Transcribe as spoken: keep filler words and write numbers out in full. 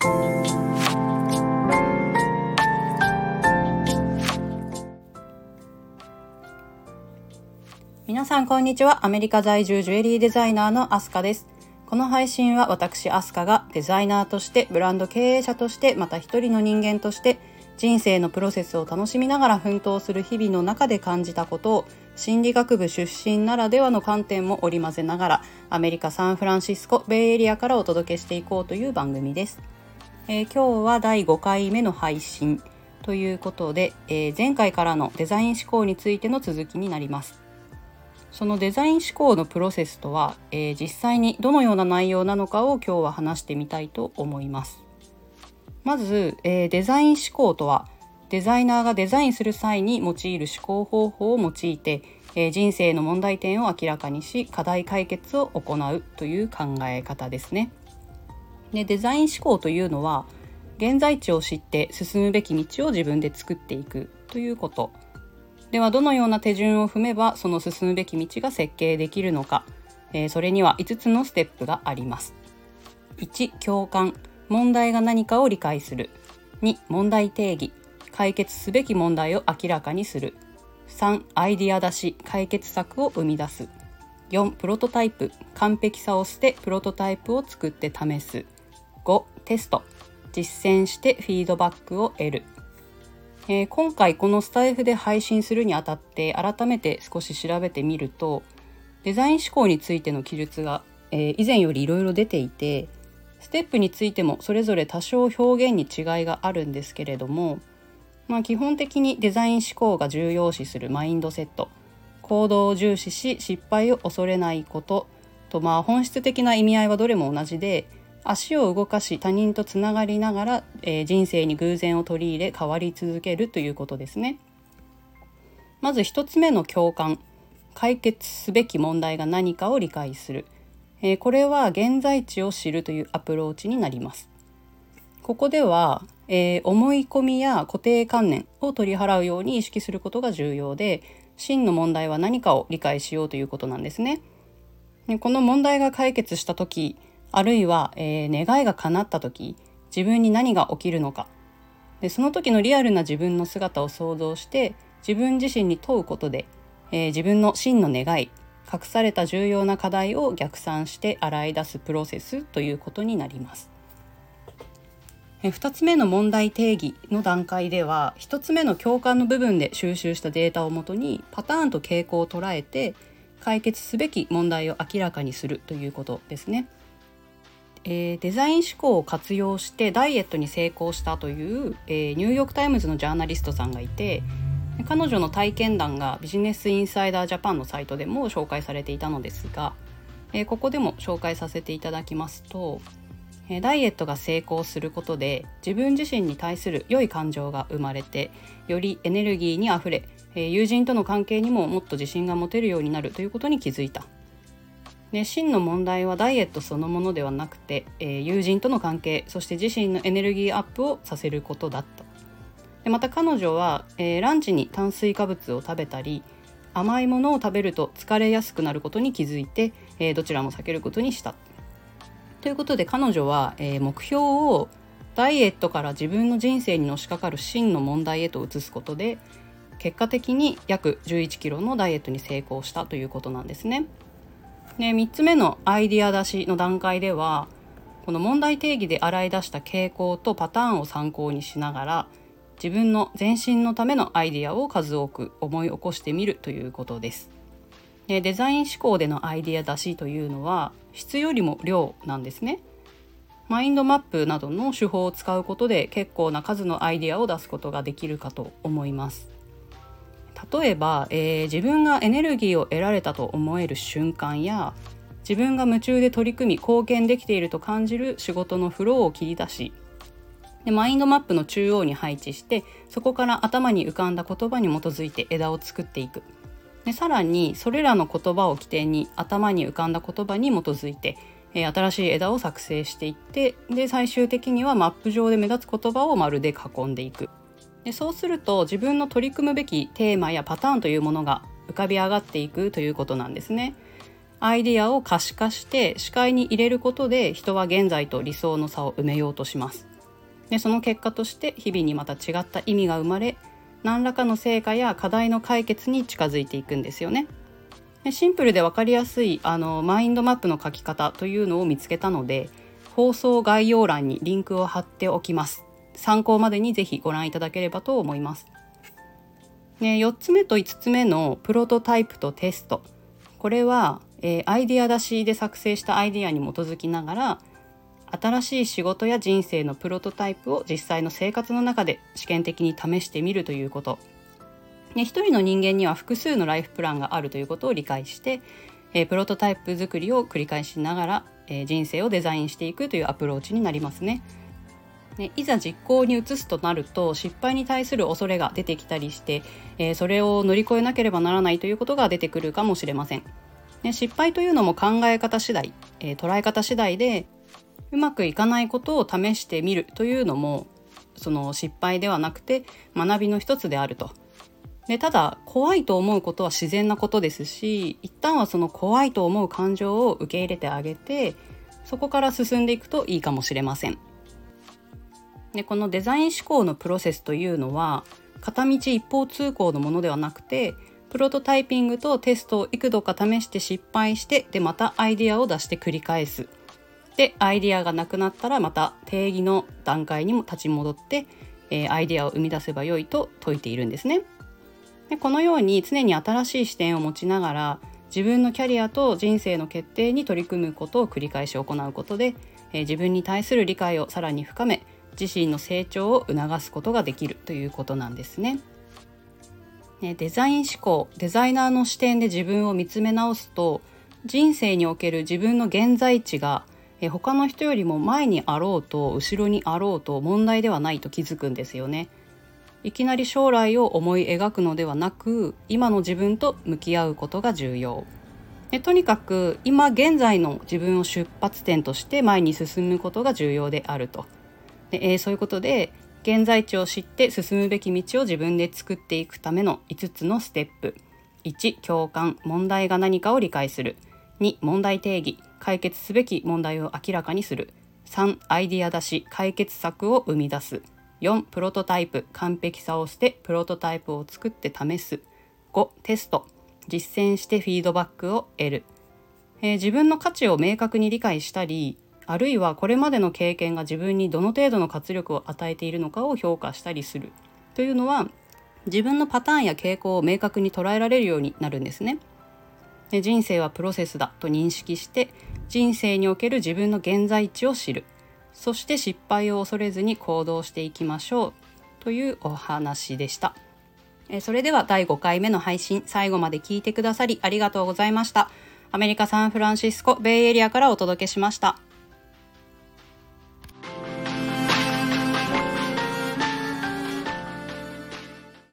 皆さんこんにちは。アメリカ在住ジュエリーデザイナーのアスカです。この配信は私アスカがデザイナーとして、ブランド経営者として、また一人の人間として人生のプロセスを楽しみながら奮闘する日々の中で感じたことを、心理学部出身ならではの観点も織り交ぜながら、アメリカサンフランシスコベイエリアからお届けしていこうという番組です。えー、今日はだいごかいめの配信ということで、えー、前回からのデザイン思考についての続きになります。そのデザイン思考のプロセスとは、えー、実際にどのような内容なのかを今日は話してみたいと思います。まず、えー、デザイン思考とは、デザイナーがデザインする際に用いる思考方法を用いて、えー、人生の問題点を明らかにし、課題解決を行うという考え方ですね。で、デザイン思考というのは、現在地を知って進むべき道を自分で作っていくということ。では、どのような手順を踏めばその進むべき道が設計できるのか、えー、それにはいつつのステップがあります。いち、共感、問題が何かを理解する。に、問題定義、解決すべき問題を明らかにする。さん、アイディア出し、解決策を生み出す。よん、プロトタイプ、完璧さを捨てプロトタイプを作って試す。ご、テスト、実践してフィードバックを得る。えー、今回このスタイフで配信するにあたって改めて少し調べてみると、デザイン思考についての記述が、えー、以前よりいろいろ出ていて、ステップについてもそれぞれ多少表現に違いがあるんですけれども、まあ、基本的にデザイン思考が重要視するマインドセット、行動を重視し失敗を恐れないことと、まあ本質的な意味合いはどれも同じで、足を動かし他人とつながりながら、えー、人生に偶然を取り入れ変わり続けるということですね。まず一つ目の共感、解決すべき問題が何かを理解する、えー、これは現在地を知るというアプローチになります。ここでは、えー、思い込みや固定観念を取り払うように意識することが重要で、真の問題は何かを理解しようということなんですね。で、この問題が解決したとき、あるいは、えー、願いが叶った時、自分に何が起きるのか、でその時のリアルな自分の姿を想像して自分自身に問うことで、えー、自分の真の願い、隠された重要な課題を逆算して洗い出すプロセスということになります。えー、ふたつめの問題定義の段階では、ひとつめの共感の部分で収集したデータをもとにパターンと傾向を捉えて解決すべき問題を明らかにするということですね。えー、デザイン思考を活用してダイエットに成功したという、えー、ニューヨークタイムズのジャーナリストさんがいて、彼女の体験談がビジネスインサイダージャパンのサイトでも紹介されていたのですが、えー、ここでも紹介させていただきますと、えー、ダイエットが成功することで自分自身に対する良い感情が生まれて、よりエネルギーにあふれ、えー、友人との関係にももっと自信が持てるようになるということに気づいた。で、真の問題はダイエットそのものではなくて、えー、友人との関係、そして自身のエネルギーアップをさせることだった。で、また彼女は、えー、ランチに炭水化物を食べたり甘いものを食べると疲れやすくなることに気づいて、えー、どちらも避けることにしたということで、彼女は、えー、目標をダイエットから自分の人生にのしかかる真の問題へと移すことで、結果的に約じゅういちキロのダイエットに成功したということなんですね。で、みっつめのアイディア出しの段階では、この問題定義で洗い出した傾向とパターンを参考にしながら、自分の前進のためのアイディアを数多く思い起こしてみるということです。で、デザイン思考でのアイディア出しというのは質よりも量なんですね。マインドマップなどの手法を使うことで結構な数のアイディアを出すことができるかと思います。例えば、えー、自分がエネルギーを得られたと思える瞬間や、自分が夢中で取り組み貢献できていると感じる仕事のフローを切り出し、でマインドマップの中央に配置して、そこから頭に浮かんだ言葉に基づいて枝を作っていく。でさらにそれらの言葉を起点に頭に浮かんだ言葉に基づいて、えー、新しい枝を作成していって、で最終的にはマップ上で目立つ言葉を丸で囲んでいく。でそうすると自分の取り組むべきテーマやパターンというものが浮かび上がっていくということなんですね。アイディアを可視化して視界に入れることで、人は現在と理想の差を埋めようとします。 でその結果として日々にまた違った意味が生まれ、何らかの成果や課題の解決に近づいていくんですよね。でシンプルで分かりやすいあのマインドマップの書き方というのを見つけたので、放送概要欄にリンクを貼っておきます。参考までにぜひご覧いただければと思います。でよっつめといつつめのプロトタイプとテスト、これは、えー、アイディア出しで作成したアイディアに基づきながら、新しい仕事や人生のプロトタイプを実際の生活の中で試験的に試してみるということ。で一人の人間には複数のライフプランがあるということを理解して、えー、プロトタイプ作りを繰り返しながら、えー、人生をデザインしていくというアプローチになりますね。でいざ実行に移すとなると、失敗に対する恐れが出てきたりして、えー、それを乗り越えなければならないということが出てくるかもしれません。で失敗というのも考え方次第、えー、捉え方次第で、うまくいかないことを試してみるというのもその失敗ではなくて学びの一つであると。でただ怖いと思うことは自然なことですし、一旦はその怖いと思う感情を受け入れてあげて、そこから進んでいくといいかもしれません。でこのデザイン思考のプロセスというのは片道一方通行のものではなくて、プロトタイピングとテストを幾度か試して失敗して、でまたアイデアを出して繰り返す。でアイデアがなくなったらまた定義の段階にも立ち戻って、えー、アイデアを生み出せばよいと説いているんですね。でこのように常に新しい視点を持ちながら、自分のキャリアと人生の決定に取り組むことを繰り返し行うことで、えー、自分に対する理解をさらに深め、自身の成長を促すことができるということなんですね。デザイン思考、デザイナーの視点で自分を見つめ直すと、人生における自分の現在地が他の人よりも前にあろうと後ろにあろうと問題ではないと気づくんですよね。いきなり将来を思い描くのではなく、今の自分と向き合うことが重要で、とにかく今現在の自分を出発点として前に進むことが重要であると。で、えー、そういうことで現在地を知って進むべき道を自分で作っていくためのいつつのステップ。いち、共感、問題が何かを理解する。に、問題定義、解決すべき問題を明らかにする。さん、アイディア出し、解決策を生み出す。よん、プロトタイプ、完璧さを捨てプロトタイプを作って試す。ご、テスト、実践してフィードバックを得る。えー、自分の価値を明確に理解したり、あるいはこれまでの経験が自分にどの程度の活力を与えているのかを評価したりするというのは、自分のパターンや傾向を明確に捉えられるようになるんですね。で人生はプロセスだと認識して、人生における自分の現在地を知る。そして失敗を恐れずに行動していきましょうというお話でした。それではだいごかいめの配信、最後まで聞いてくださりありがとうございました。アメリカ・サンフランシスコベイエリアからお届けしました。